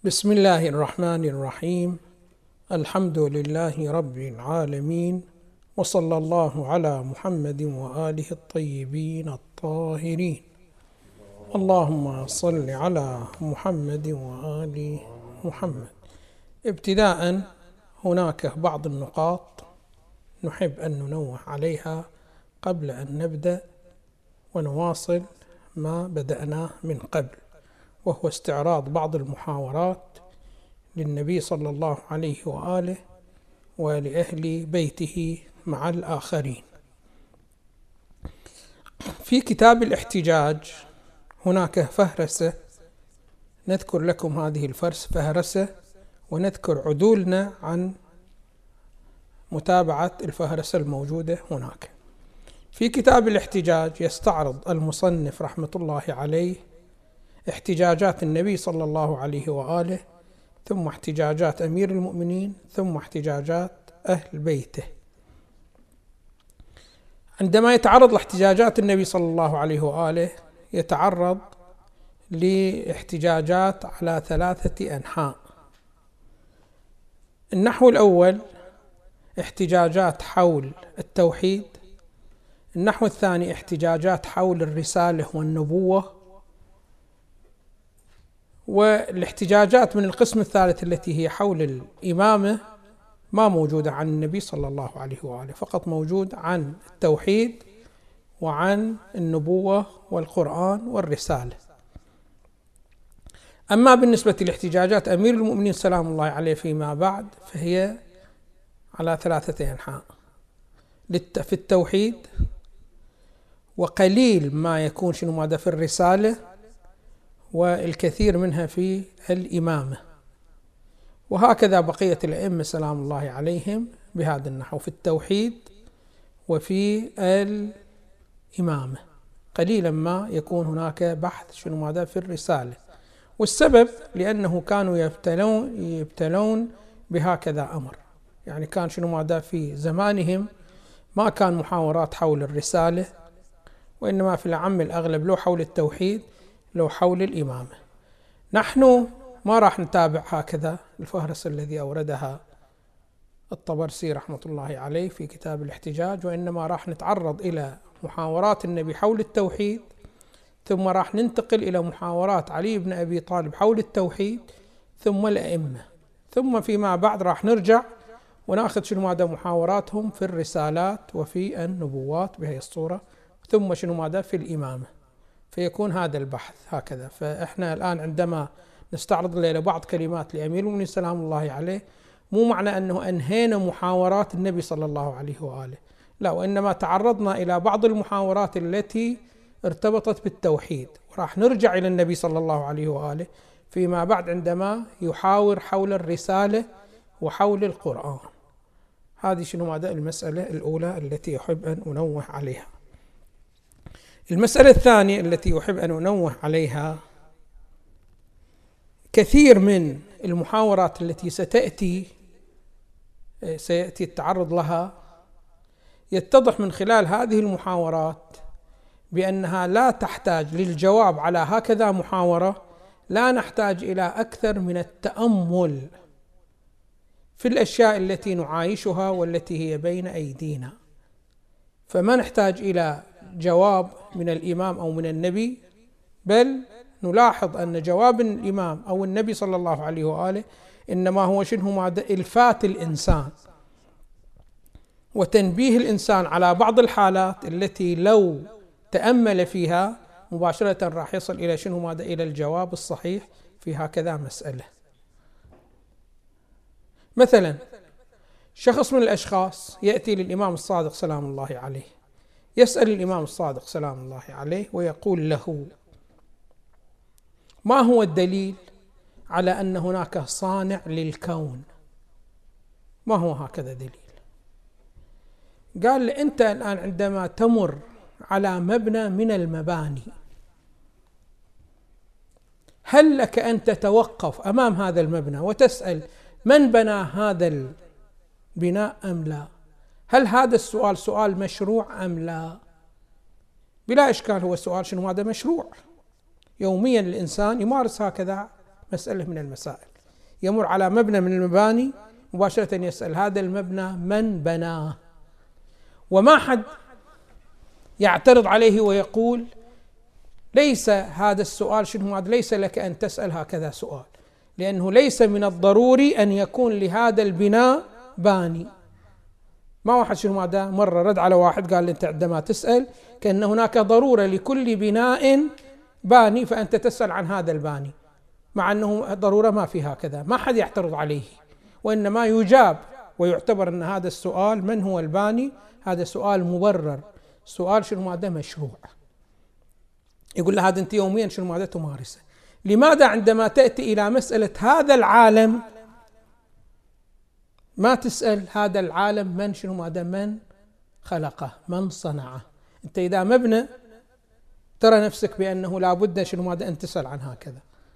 بسم الله الرحمن الرحيم. الحمد لله رب العالمين، وصلى الله على محمد وآله الطيبين الطاهرين. اللهم صل على محمد وآل محمد. ابتداء هناك بعض النقاط نحب أن ننوه عليها قبل أن نبدأ ونواصل ما بدأناه من قبل، وهو استعراض بعض المحاورات للنبي صلى الله عليه وآله ولأهل بيته مع الآخرين. في كتاب الاحتجاج هناك فهرسة، نذكر لكم هذه الفهرسة ونذكر عدولنا عن متابعة الفهرسة الموجودة هناك. في كتاب الاحتجاج يستعرض المصنف رحمة الله عليه احتجاجات النبي صلى الله عليه وآله، ثم احتجاجات أمير المؤمنين، ثم احتجاجات أهل بيته. عندما يتعرض لاحتجاجات النبي صلى الله عليه وآله يتعرض لاحتجاجات على 3 أنحاء. النحو الأول احتجاجات حول التوحيد، النحو الثاني احتجاجات حول الرسالة والنبوة، والاحتجاجات من القسم الثالث التي هي حول الإمامة ما موجودة عن النبي صلى الله عليه وآله، فقط موجود عن التوحيد وعن النبوة والقرآن والرسالة. أما بالنسبة لاحتجاجات أمير المؤمنين سلام الله عليه فيما بعد فهي على 3 أنحاء: في التوحيد، وقليل ما يكون ماذا في الرسالة، والكثير منها في الإمامة. وهكذا بقية الأئمة سلام الله عليهم بهذا النحو: في التوحيد وفي الإمامة، قليلا ما يكون هناك بحث ماذا في الرسالة. والسبب لأنه كانوا يبتلون بهكذا أمر، يعني كان ماذا في زمانهم ما كان محاورات حول الرسالة، وإنما في العام الأغلب لو حول التوحيد لو حول الإمامة. نحن ما راح نتابع هكذا الفهرس الذي أوردها الطبرسي رحمة الله عليه في كتاب الاحتجاج، وإنما راح نتعرض إلى محاورات النبي حول التوحيد، ثم راح ننتقل إلى محاورات علي بن أبي طالب حول التوحيد، ثم الأئمة، ثم فيما بعد راح نرجع ونأخذ ماذا محاوراتهم في الرسالات وفي النبوات بهذه الصورة، ثم ماذا في الإمامة، فيكون هذا البحث هكذا. فإحنا الآن عندما نستعرض الليلة بعض كلمات لأمير المؤمنين سلام الله عليه، مو معنى أنه أنهينا محاورات النبي صلى الله عليه وآله، لا، وإنما تعرضنا إلى بعض المحاورات التي ارتبطت بالتوحيد، وراح نرجع إلى النبي صلى الله عليه وآله فيما بعد عندما يحاور حول الرسالة وحول القرآن. هذه ماذا المسألة الأولى التي أحب أن أنوه عليها. المسألة الثانية التي أحب أن أنوه عليها: كثير من المحاورات التي سيأتي التعرض لها يتضح من خلال هذه المحاورات بأنها لا تحتاج للجواب على هكذا محاورة، لا نحتاج إلى أكثر من التأمل في الأشياء التي نعايشها والتي هي بين أيدينا، فما نحتاج إلى جواب من الإمام أو من النبي، بل نلاحظ أن جواب الإمام أو النبي صلى الله عليه وآله إنما هو ماذا؟ إلفات الإنسان وتنبيه الإنسان على بعض الحالات التي لو تأمل فيها مباشرة راح يصل إلى ماذا؟ إلى الجواب الصحيح في هكذا مسألة. مثلا شخص من الأشخاص يأتي للإمام الصادق سلام الله عليه، يسأل الإمام الصادق سلام الله عليه ويقول له: ما هو الدليل على أن هناك صانع للكون؟ ما هو هكذا دليل؟ قال: أنت الآن عندما تمر على مبنى من المباني، هل لك أن تتوقف أمام هذا المبنى وتسأل من بنى هذا البناء أم لا؟ هل هذا السؤال سؤال مشروع أم لا؟ بلا إشكال هو السؤال هذا مشروع، يوميا الإنسان يمارس هكذا مسألة من المسائل. يمر على مبنى من المباني مباشرة يسأل هذا المبنى من بناه، وما حد يعترض عليه ويقول ليس هذا السؤال شنو هذا، ليس لك أن تسأل هكذا سؤال، لأنه ليس من الضروري أن يكون لهذا البناء باني. ما واحد شنو هذا مرة رد على واحد قال له أنت عندما تسأل كأن هناك ضرورة لكل بناء باني فأنت تسأل عن هذا الباني، مع أنه ضرورة ما في هكذا، ما حد يعترض عليه، وإنما يجاب ويعتبر أن هذا السؤال من هو الباني هذا سؤال مبرر، سؤال شنو هذا مشروع. يقول له هذا أنت يوميا شنو هذا تمارسه. لماذا عندما تأتي إلى مسألة هذا العالم ما تسأل هذا العالم من شنو هذا، من خلقه، من صنعه؟ أنت إذا مبنى ترى نفسك بأنه لا بد شنو هذا أن تسأل عن هكذا.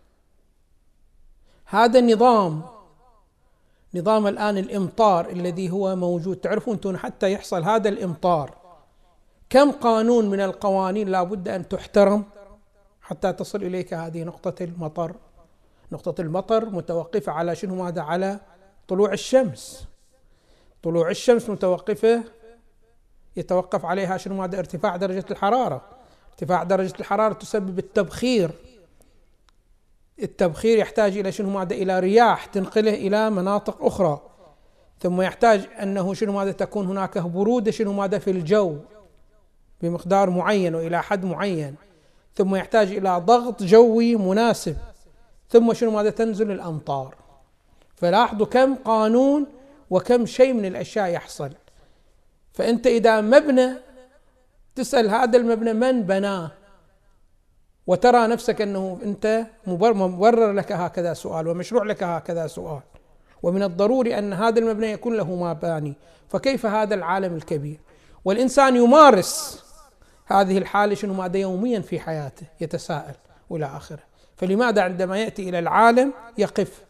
هذا النظام، نظام الآن الإمطار الذي هو موجود، تعرفون أنتم حتى يحصل هذا الإمطار كم قانون من القوانين لا بد أن تحترم حتى تصل إليك هذه نقطة المطر. نقطة المطر متوقفة على شنو ماذا، على طلوع الشمس. طلوع الشمس متوقفة يتوقف عليها شنو ماذا، ارتفاع درجة الحرارة. ارتفاع درجة الحرارة تسبب التبخير. التبخير يحتاج إلى شنو ماذا، إلى رياح تنقله إلى مناطق أخرى، ثم يحتاج أنه شنو ماذا تكون هناك برودة شنو ماذا في الجو بمقدار معين وإلى حد معين، ثم يحتاج إلى ضغط جوي مناسب، ثم شنو ماذا تنزل الأمطار. فلاحظوا كم قانون وكم شيء من الأشياء يحصل. فأنت إذا مبنى تسأل هذا المبنى من بناه، وترى نفسك أنه أنت مبرر لك هكذا سؤال ومشروع لك هكذا سؤال، ومن الضروري أن هذا المبنى يكون له مباني، فكيف هذا العالم الكبير؟ والإنسان يمارس هذه الحالة شنو ماذا يوميا في حياته، يتساءل وإلى آخره. فلماذا عندما يأتي إلى العالم يقف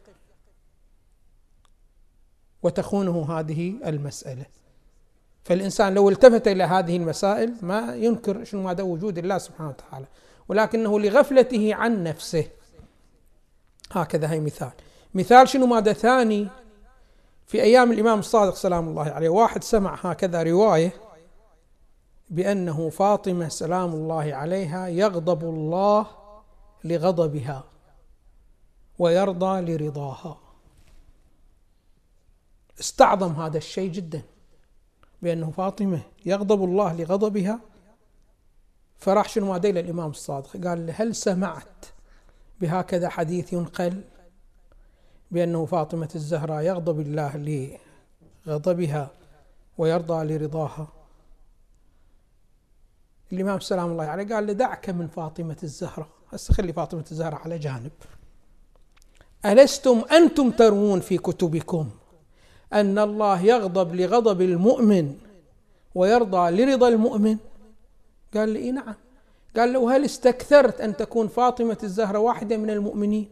وتخونه هذه المسألة؟ فالإنسان لو التفت إلى هذه المسائل ما ينكر شنو ماذا وجود الله سبحانه وتعالى، ولكنه لغفلته عن نفسه. هكذا هي مثال شنو ماذا ثاني. في أيام الإمام الصادق سلام الله عليه واحد سمع هكذا رواية بأنه فاطمة سلام الله عليها يغضب الله لغضبها ويرضى لرضاها. استعظم هذا الشيء جدا، بأنه فاطمة يغضب الله لغضبها. فراح شنو ماذا إلى الإمام الصادق قال له هل سمعت بهكذا حديث ينقل بأنه فاطمة الزهراء يغضب الله لغضبها ويرضى لرضاها؟ الإمام سلام الله عليه قال له دعك من فاطمة الزهراء، هسه خلي فاطمة الزهراء على جانب. ألستم أنتم تروون في كتبكم أن الله يغضب لغضب المؤمن ويرضى لرضا المؤمن؟ قال لي نعم. قال له هل استكثرت أن تكون فاطمة الزهراء واحدة من المؤمنين؟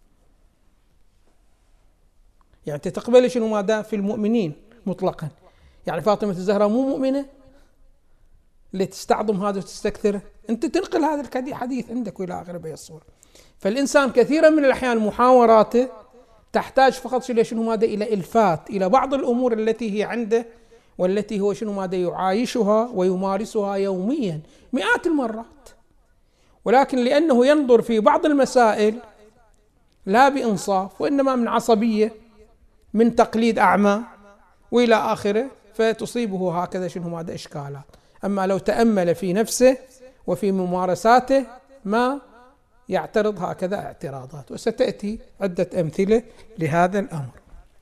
يعني تقبل شنو ماذا في المؤمنين مطلقا، يعني فاطمة الزهراء مو مؤمنة اللي تستعظم هذا وتستكثر؟ أنت تنقل هذا الحديث عندك وإلى آخره بهي الصورة. فالإنسان كثيرا من الأحيان محاوراته تحتاج فقط شنو ماذا إلى إلفات إلى بعض الأمور التي هي عنده والتي هو شنو ماذا يعايشها ويمارسها يوميا مئات المرات، ولكن لأنه ينظر في بعض المسائل لا بإنصاف وإنما من عصبية، من تقليد أعمى وإلى آخره، فتصيبه هكذا شنو ماذا إشكالات. أما لو تأمل في نفسه وفي ممارساته ما يعترض هكذا اعتراضات، وستأتي عدة أمثلة لهذا الأمر.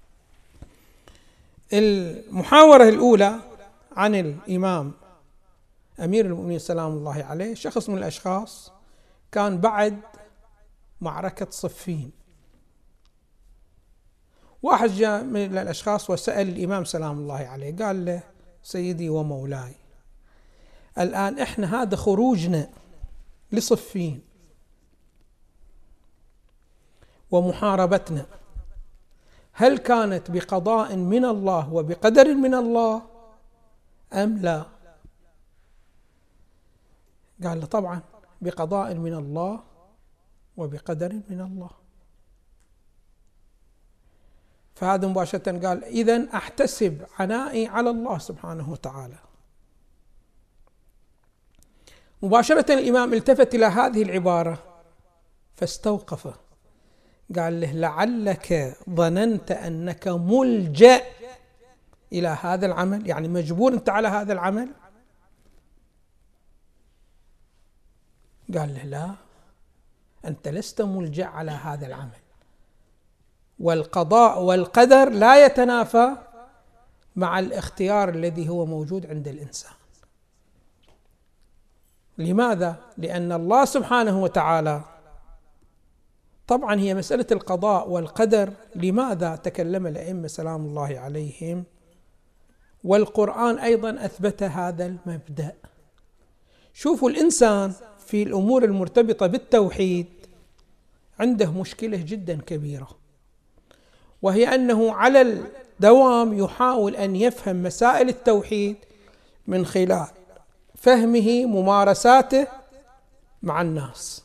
المحاورة الأولى عن الإمام أمير المؤمنين سلام الله عليه، شخص من الأشخاص كان بعد معركة صفين. واحد جاء من الأشخاص وسأل الإمام سلام الله عليه قال له سيدي ومولاي، الآن إحنا هذا خروجنا لصفين ومحاربتنا هل كانت بقضاء من الله وبقدر من الله أم لا؟ قال له طبعا بقضاء من الله وبقدر من الله. فهذا مباشرة قال إذن أحتسب عنائي على الله سبحانه وتعالى. مباشرة الإمام التفت إلى هذه العبارة فاستوقف، قال له لعلك ظننت أنك ملجأ إلى هذا العمل، يعني مجبور أنت على هذا العمل؟ قال له لا، أنت لست ملجأ على هذا العمل، والقضاء والقدر لا يتنافى مع الاختيار الذي هو موجود عند الإنسان. لماذا؟ لأن الله سبحانه وتعالى، طبعا هي مسألة القضاء والقدر، لماذا تكلم الأئمة سلام الله عليهم؟ والقرآن أيضا أثبت هذا المبدأ. شوفوا الإنسان في الأمور المرتبطة بالتوحيد عنده مشكلة جدا كبيرة، وهي أنه على الدوام يحاول أن يفهم مسائل التوحيد من خلال فهمه ممارساته مع الناس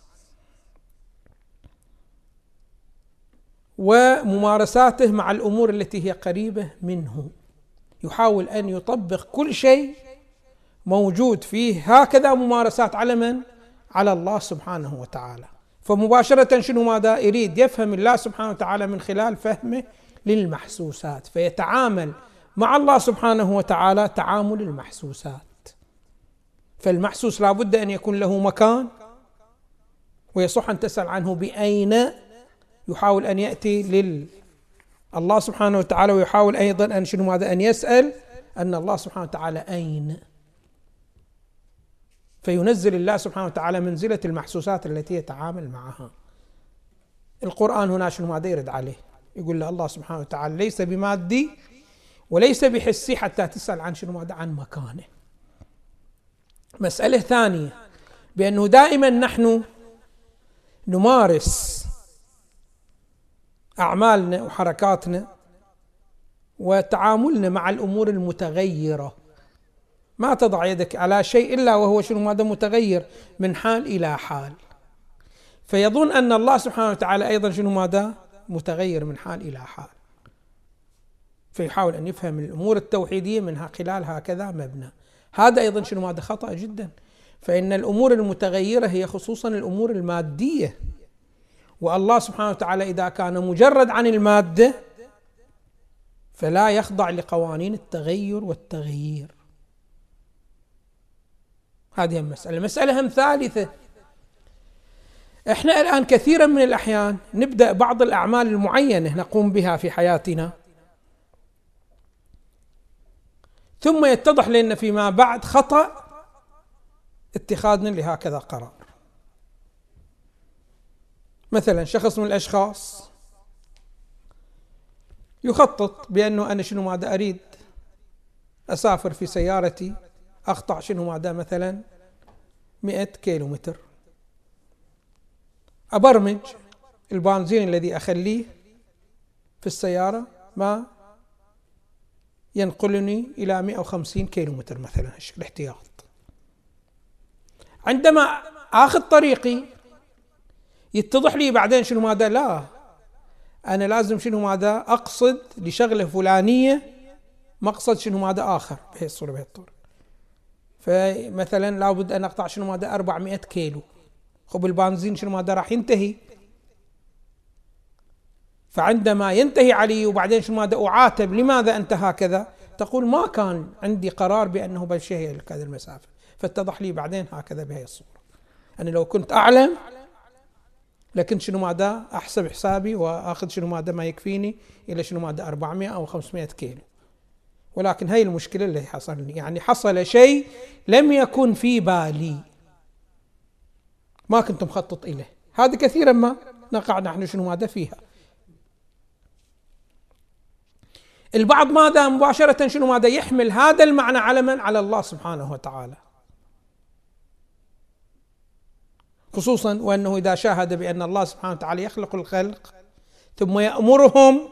وممارساته مع الأمور التي هي قريبة منه، يحاول أن يطبق كل شيء موجود فيه هكذا ممارسات على من؟ على الله سبحانه وتعالى. فمباشرة شنو ماذا يريد؟ يفهم الله سبحانه وتعالى من خلال فهمه للمحسوسات، فيتعامل مع الله سبحانه وتعالى تعامل المحسوسات. فالمحسوس لا بد أن يكون له مكان، ويصح أن تسأل عنه بأين، يحاول أن يأتي لله سبحانه وتعالى، ويحاول أيضا أن شنو ماذا أن يسأل أن الله سبحانه وتعالى أين، فينزل الله سبحانه وتعالى منزلة المحسوسات التي يتعامل معها. القرآن هنا شنو ماذا يرد عليه؟ يقول له الله سبحانه وتعالى ليس بمادي وليس بحسي حتى تسأل عن شنو ماذا؟ عن مكانه. مسألة ثانية بأنه دائما نحن نمارس أعمالنا وحركاتنا وتعاملنا مع الأمور المتغيرة، ما تضع يدك على شيء إلا وهو شنو ماذا؟ متغير من حال إلى حال، فيظن أن الله سبحانه وتعالى أيضا شنو ماذا؟ متغير من حال إلى حال، فيحاول أن يفهم الأمور التوحيدية من خلال هكذا مبنى. هذا أيضا شنو ماذا؟ خطأ جدا، فإن الأمور المتغيرة هي خصوصا الأمور المادية، والله سبحانه وتعالى إذا كان مجرد عن المادة فلا يخضع لقوانين التغير والتغيير. هذه المسألة. مسألة هم ثالثة، احنا الآن كثيرا من الأحيان نبدأ بعض الأعمال المعينة نقوم بها في حياتنا، ثم يتضح لنا فيما بعد خطأ اتخاذنا لهكذا قرار. مثلا شخص من الأشخاص يخطط بأنه أنا شنو ماذا أريد أسافر في سيارتي، أقطع شنو ماذا مثلا 100 كيلومتر، أبرمج البنزين الذي أخليه في السيارة ما ينقلني إلى 150 كيلومتر مثلا الاحتياط. عندما آخذ طريقي يتضح لي بعدين شنو ماذا؟ لا، أنا لازم شنو ماذا؟ أقصد لشغلة فلانية مقصد شنو ماذا؟ آخر بهي الصورة بهي الطريقة. فمثلا لابد أن أقطع شنو ماذا؟ 400 كيلو، خب البنزين شنو ماذا؟ راح ينتهي، فعندما ينتهي علي وبعدين شنو ماذا؟ أعاتب لماذا أنت هكذا؟ تقول ما كان عندي قرار بأنه بمشي هذه المسافة، فاتضح لي بعدين هكذا بهي الصورة. أنا لو كنت أعلم لكن شنو ماذا؟ أحسب حسابي وأخذ شنو ماذا؟ ما يكفيني إلى شنو ماذا؟ 400 أو 500 كيلو. ولكن هاي المشكلة اللي حصل لي، يعني حصل شيء لم يكن في بالي، ما كنت مخطط إليه. هذا كثيرا ما نقع نحن شنو ماذا؟ فيها. البعض ماذا؟ مباشرة شنو ماذا؟ يحمل هذا المعنى على من؟ على الله سبحانه وتعالى، خصوصا وأنه إذا شاهد بأن الله سبحانه وتعالى يخلق الخلق ثم يأمرهم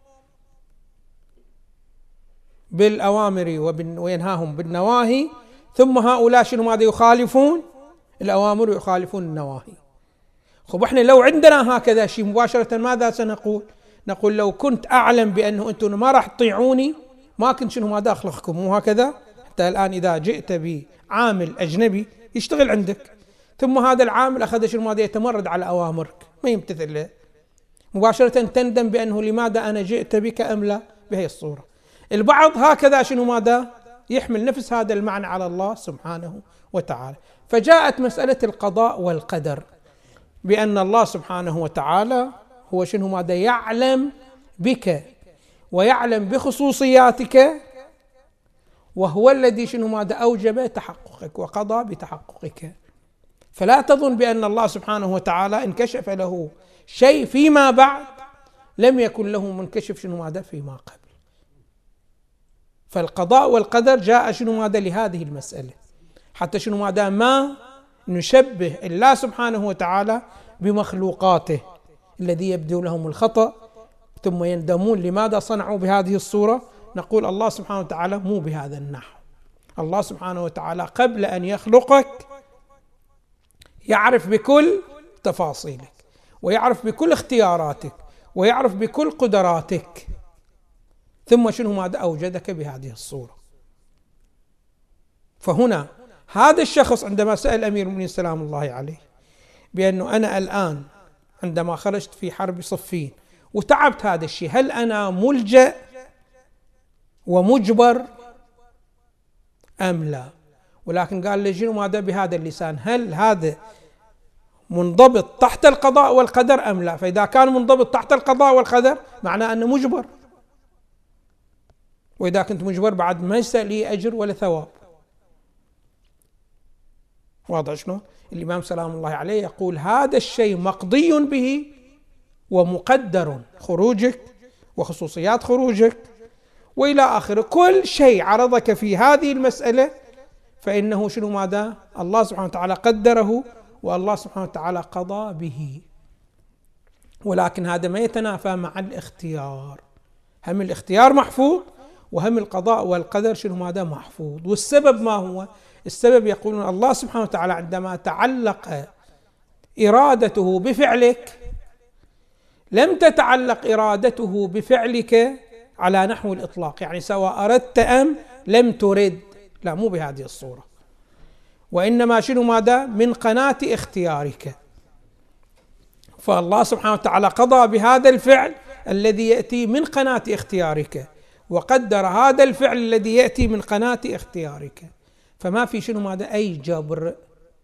بالأوامر وينهاهم بالنواهي، ثم هؤلاء شنو ماذا؟ يخالفون الأوامر ويخالفون النواهي. خب احنا لو عندنا هكذا شيء مباشرة ماذا سنقول؟ نقول لو كنت أعلم بأنه أنتم ما راح تطيعوني ما كنت شنو ماذا أخلقكم، مو هكذا؟ حتى الآن إذا جئت بعامل أجنبي يشتغل عندك، ثم هذا العامل أخذ شنو ماذا يتمرد على أوامرك ما يمتثل له، مباشرة تندم بأنه لماذا أنا جئت بك أم لا بهي الصورة. البعض هكذا شنو ماذا يحمل نفس هذا المعنى على الله سبحانه وتعالى. فجاءت مسألة القضاء والقدر بأن الله سبحانه وتعالى هو شنو ماذا يعلم بك ويعلم بخصوصياتك، وهو الذي شنو ماذا أوجب تحققك وقضى بتحققك. فلا تظن بأن الله سبحانه وتعالى انكشف له شيء فيما بعد لم يكن له منكشف شنو ماذا فيما قبل. فالقضاء والقدر جاء شنو ماذا لهذه المسألة، حتى شنو ماذا ما نشبه الله سبحانه وتعالى بمخلوقاته الذي يبدو لهم الخطأ ثم يندمون لماذا صنعوا بهذه الصورة. نقول الله سبحانه وتعالى مو بهذا النحو. الله سبحانه وتعالى قبل أن يخلقك يعرف بكل تفاصيلك ويعرف بكل اختياراتك ويعرف بكل قدراتك، ثم شنو ماذا أوجدك بهذه الصورة. فهنا هذا الشخص عندما سأل أمير المؤمنين سلام الله عليه بأنه أنا الآن عندما خرجت في حرب صفين وتعبت هذا الشيء، هل أنا ملجأ ومجبر أم لا؟ ولكن قال لي شنو ماذا بهذا اللسان، هل هذا منضبط تحت القضاء والقدر أم لا؟ فإذا كان منضبط تحت القضاء والقدر معناه أنه مجبر، وإذا كنت مجبر بعد ما يستاهل لي أجر ولا ثواب. واضح شنو؟ الإمام سلام الله عليه يقول هذا الشيء مقضي به ومقدر، خروجك وخصوصيات خروجك وإلى آخره، كل شيء عرضك في هذه المسألة فإنه شنو ماذا الله سبحانه وتعالى قدره والله سبحانه وتعالى قضى به. ولكن هذا ما يتنافى مع الاختيار، هم الاختيار محفوظ وهم القضاء والقدر شنو ماذا محفوظ. والسبب ما هو؟ السبب يقولون الله سبحانه وتعالى عندما تعلق إرادته بفعلك لم تتعلق إرادته بفعلك على نحو الإطلاق، يعني سواء أردت أم لم ترد، لا مو بهذه الصورة، وإنما شنو ماذا من قناة اختيارك. فالله سبحانه وتعالى قضى بهذا الفعل الذي يأتي من قناة اختيارك وقدر هذا الفعل الذي يأتي من قناة اختيارك، فما في شنو ماذا أي جبر،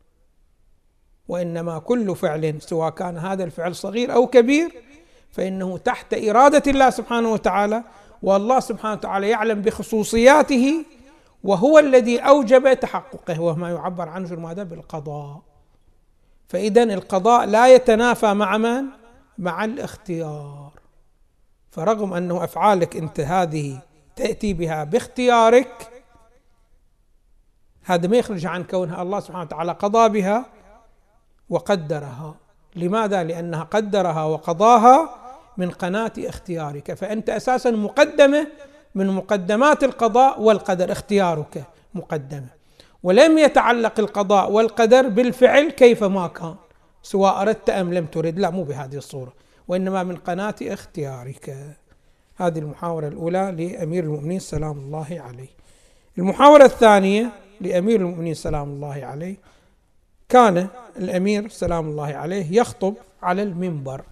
وإنما كل فعل سواء كان هذا الفعل صغير أو كبير فإنه تحت إرادة الله سبحانه وتعالى، والله سبحانه وتعالى يعلم بخصوصياته وهو الذي أوجب تحققه، وهو ما يعبر عنه شنو ماذا بالقضاء. فإذن القضاء لا يتنافى مع من؟ مع الاختيار. فرغم أنه أفعالك أنت هذه تأتي بها باختيارك، هذا ما يخرج عن كونها الله سبحانه وتعالى قضى بها وقدرها. لماذا؟ لأنها قدرها وقضاها من قناة اختيارك، فأنت أساسا مقدمة من مقدمات القضاء والقدر، اختيارك مقدمة، ولم يتعلق القضاء والقدر بالفعل كيفما كان سواء أردت أم لم ترد، لا مو بهذه الصورة، وإنما من قناة اختيارك. هذه المحاورة الأولى لأمير المؤمنين سلام الله عليه. المحاورة الثانية لأمير المؤمنين سلام الله عليه، كان الأمير سلام الله عليه يخطب على المنبر،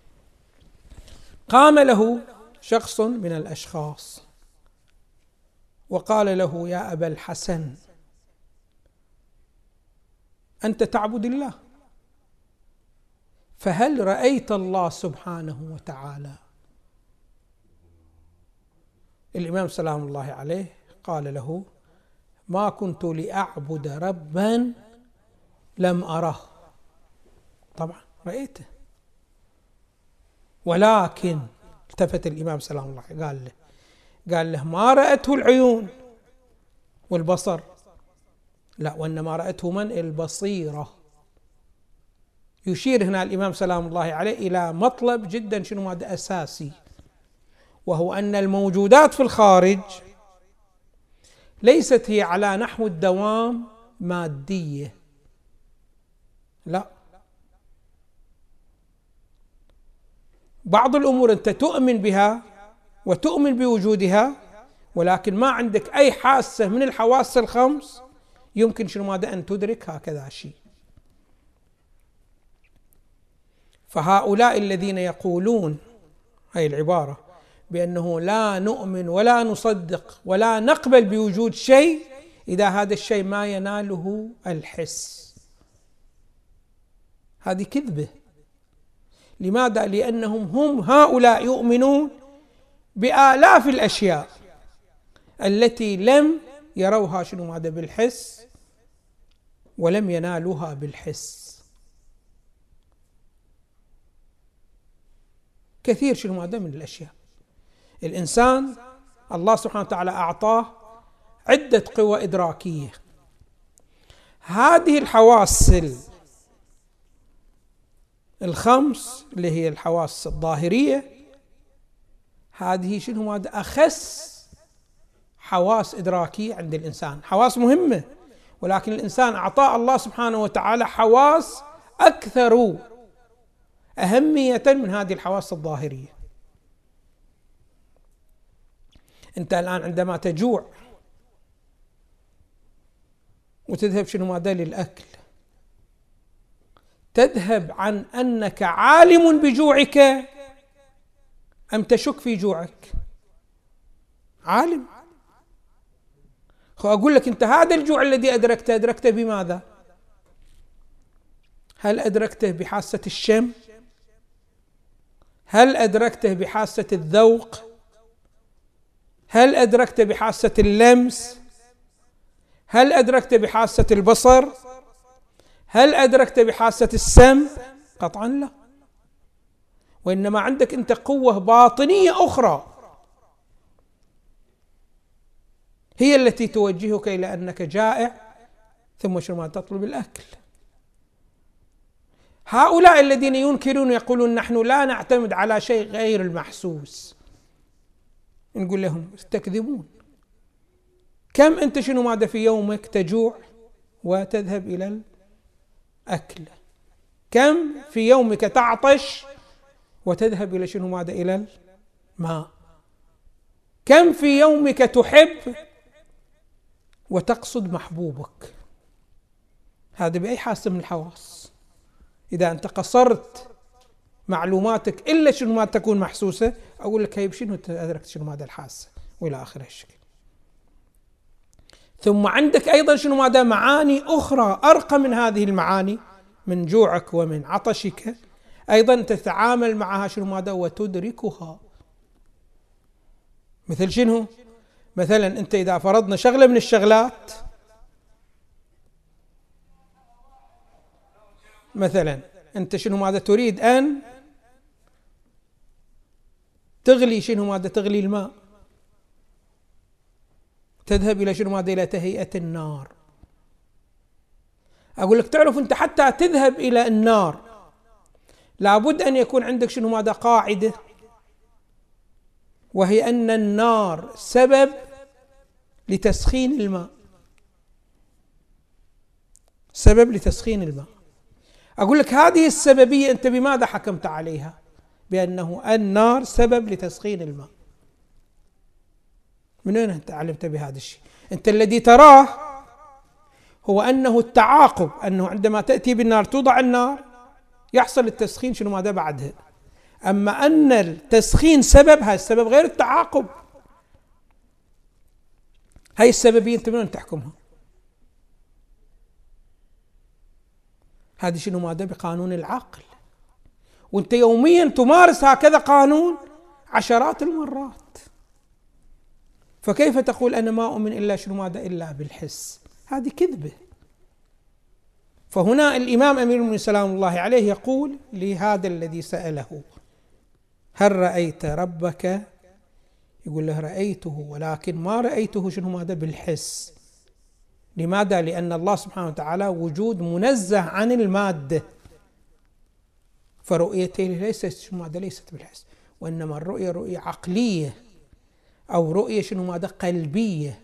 قام له شخص من الأشخاص وقال له يا أبا الحسن أنت تعبد الله، فهل رأيت الله سبحانه وتعالى؟ الإمام سلام الله عليه قال له ما كنت لأعبد ربا لم أره، طبعا رأيته، ولكن التفت الإمام سلام الله قال له ما رأته العيون والبصر، لا وإنما رأته من؟ البصيرة. يشير هنا الإمام سلام الله عليه إلى مطلب جدا شنو هذا أساسي، وهو أن الموجودات في الخارج ليست هي على نحو الدوام مادية، لا، بعض الأمور أنت تؤمن بها وتؤمن بوجودها، ولكن ما عندك أي حاسة من الحواس الخمس يمكن شنو ماذا أن تدرك هكذا شيء. فهؤلاء الذين يقولون هاي العبارة بأنه لا نؤمن ولا نصدق ولا نقبل بوجود شيء إذا هذا الشيء ما يناله الحس، هذه كذبة. لماذا؟ لأنهم هم هؤلاء يؤمنون بآلاف الأشياء التي لم يروها شنو هذا بالحس ولم ينالوها بالحس. كثير شنو هذا من الأشياء. الإنسان الله سبحانه وتعالى أعطاه عدة قوى إدراكية، هذه الحواس الخمس اللي هي الحواس الظاهرية، هذه شنو هذا أخس حواس إدراكية عند الإنسان، حواس مهمة، ولكن الإنسان أعطاه الله سبحانه وتعالى حواس أكثر أهمية من هذه الحواس الظاهرية. أنت الآن عندما تجوع وتذهب شنو هذا للأكل، تذهب عن أنك عالم بجوعك أم تشك في جوعك؟ عالم. أقول لك أنت هذا الجوع الذي أدركته بماذا؟ هل أدركته بحاسة الشم؟ هل أدركته بحاسة الذوق؟ هل أدركته بحاسة اللمس؟ هل أدركته بحاسة البصر؟ هل أدركته بحاسة السمع؟ قطعا لا. وإنما عندك أنت قوة باطنية أخرى هي التي توجهك إلى أنك جائع ثم شو ما تطلب الأكل. هؤلاء الذين ينكرون يقولون نحن لا نعتمد على شيء غير المحسوس، نقول لهم تكذبون. كم أنت شنو ماذا في يومك تجوع وتذهب إلى الأكل؟ كم في يومك تعطش وتذهب إلى شنو ماذا إلى الماء؟ كم في يومك تحب وتقصد محبوبك؟ هذا بأي حاسة من الحواس؟ إذا أنت قصرت معلوماتك إلا شنو ما تكون محسوسة، أقول لك هيب شنو أدركت شنو هذا الحاسة وإلى آخر الشكل. ثم عندك أيضا شنو ماذا معاني أخرى أرقى من هذه المعاني، من جوعك ومن عطشك أيضا تتعامل معها شنو ماذا وتدركها. مثل شنو؟ مثلا أنت إذا فرضنا شغلة من الشغلات، مثلا أنت شنو ماذا تريد أن تغلي شنو ماذا تغلي الماء، تذهب إلى شنو ماذا إلى تهيئة النار. أقول لك تعرف أنت حتى تذهب إلى النار لابد أن يكون عندك شنو ماذا قاعدة، وهي أن النار سبب لتسخين الماء، سبب لتسخين الماء. أقول لك هذه السببية أنت بماذا حكمت عليها؟ بأنه النار سبب لتسخين الماء. من وين أنت علمت بهذا الشيء؟ أنت الذي تراه هو أنه التعاقب، أنه عندما تأتي بالنار توضع النار يحصل التسخين شنو ماذا بعدها. أما أن التسخين سبب، هذا السبب غير التعاقب. هاي السببية أنت من وين تحكمها؟ هذه شنو ماذا بقانون العقل، وأنت يوميا تمارس هكذا قانون عشرات المرات. فكيف تقول أنا ما أؤمن إلا شنو ماذا إلا بالحس؟ هذه كذبة. فهنا الإمام أمير المؤمنين سلام الله عليه يقول لهذا الذي سأله هل رأيت ربك؟ يقول له رأيته، ولكن ما رأيته شنو ماذا بالحس. لماذا؟ لأن الله سبحانه وتعالى وجود منزه عن المادة، فرؤيته ليست شنو ماذا ليست بالحس، وإنما الرؤية رؤية عقلية أو رؤية شنو ماذا قلبية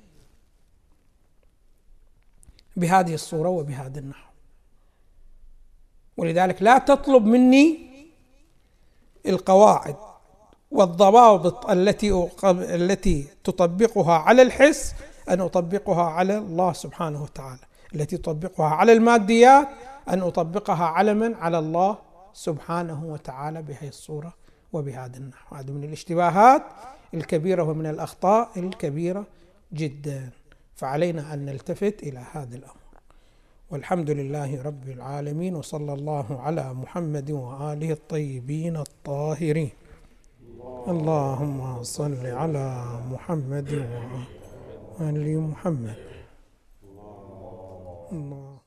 بهذه الصورة وبهذا النحو. ولذلك لا تطلب مني القواعد والضوابط التي تطبقها على الحس أن أطبقها على الله سبحانه وتعالى، التي تطبقها على الماديات أن أطبقها على من؟ على الله سبحانه وتعالى بهذه الصورة وبهذا النحو. هذه من الاشتباهات الكبيرة ومن الأخطاء الكبيرة جدا، فعلينا أن نلتفت إلى هذا الأمر. والحمد لله رب العالمين، وصلى الله على محمد وآله الطيبين الطاهرين. اللهم صل على محمد وآل محمد. الله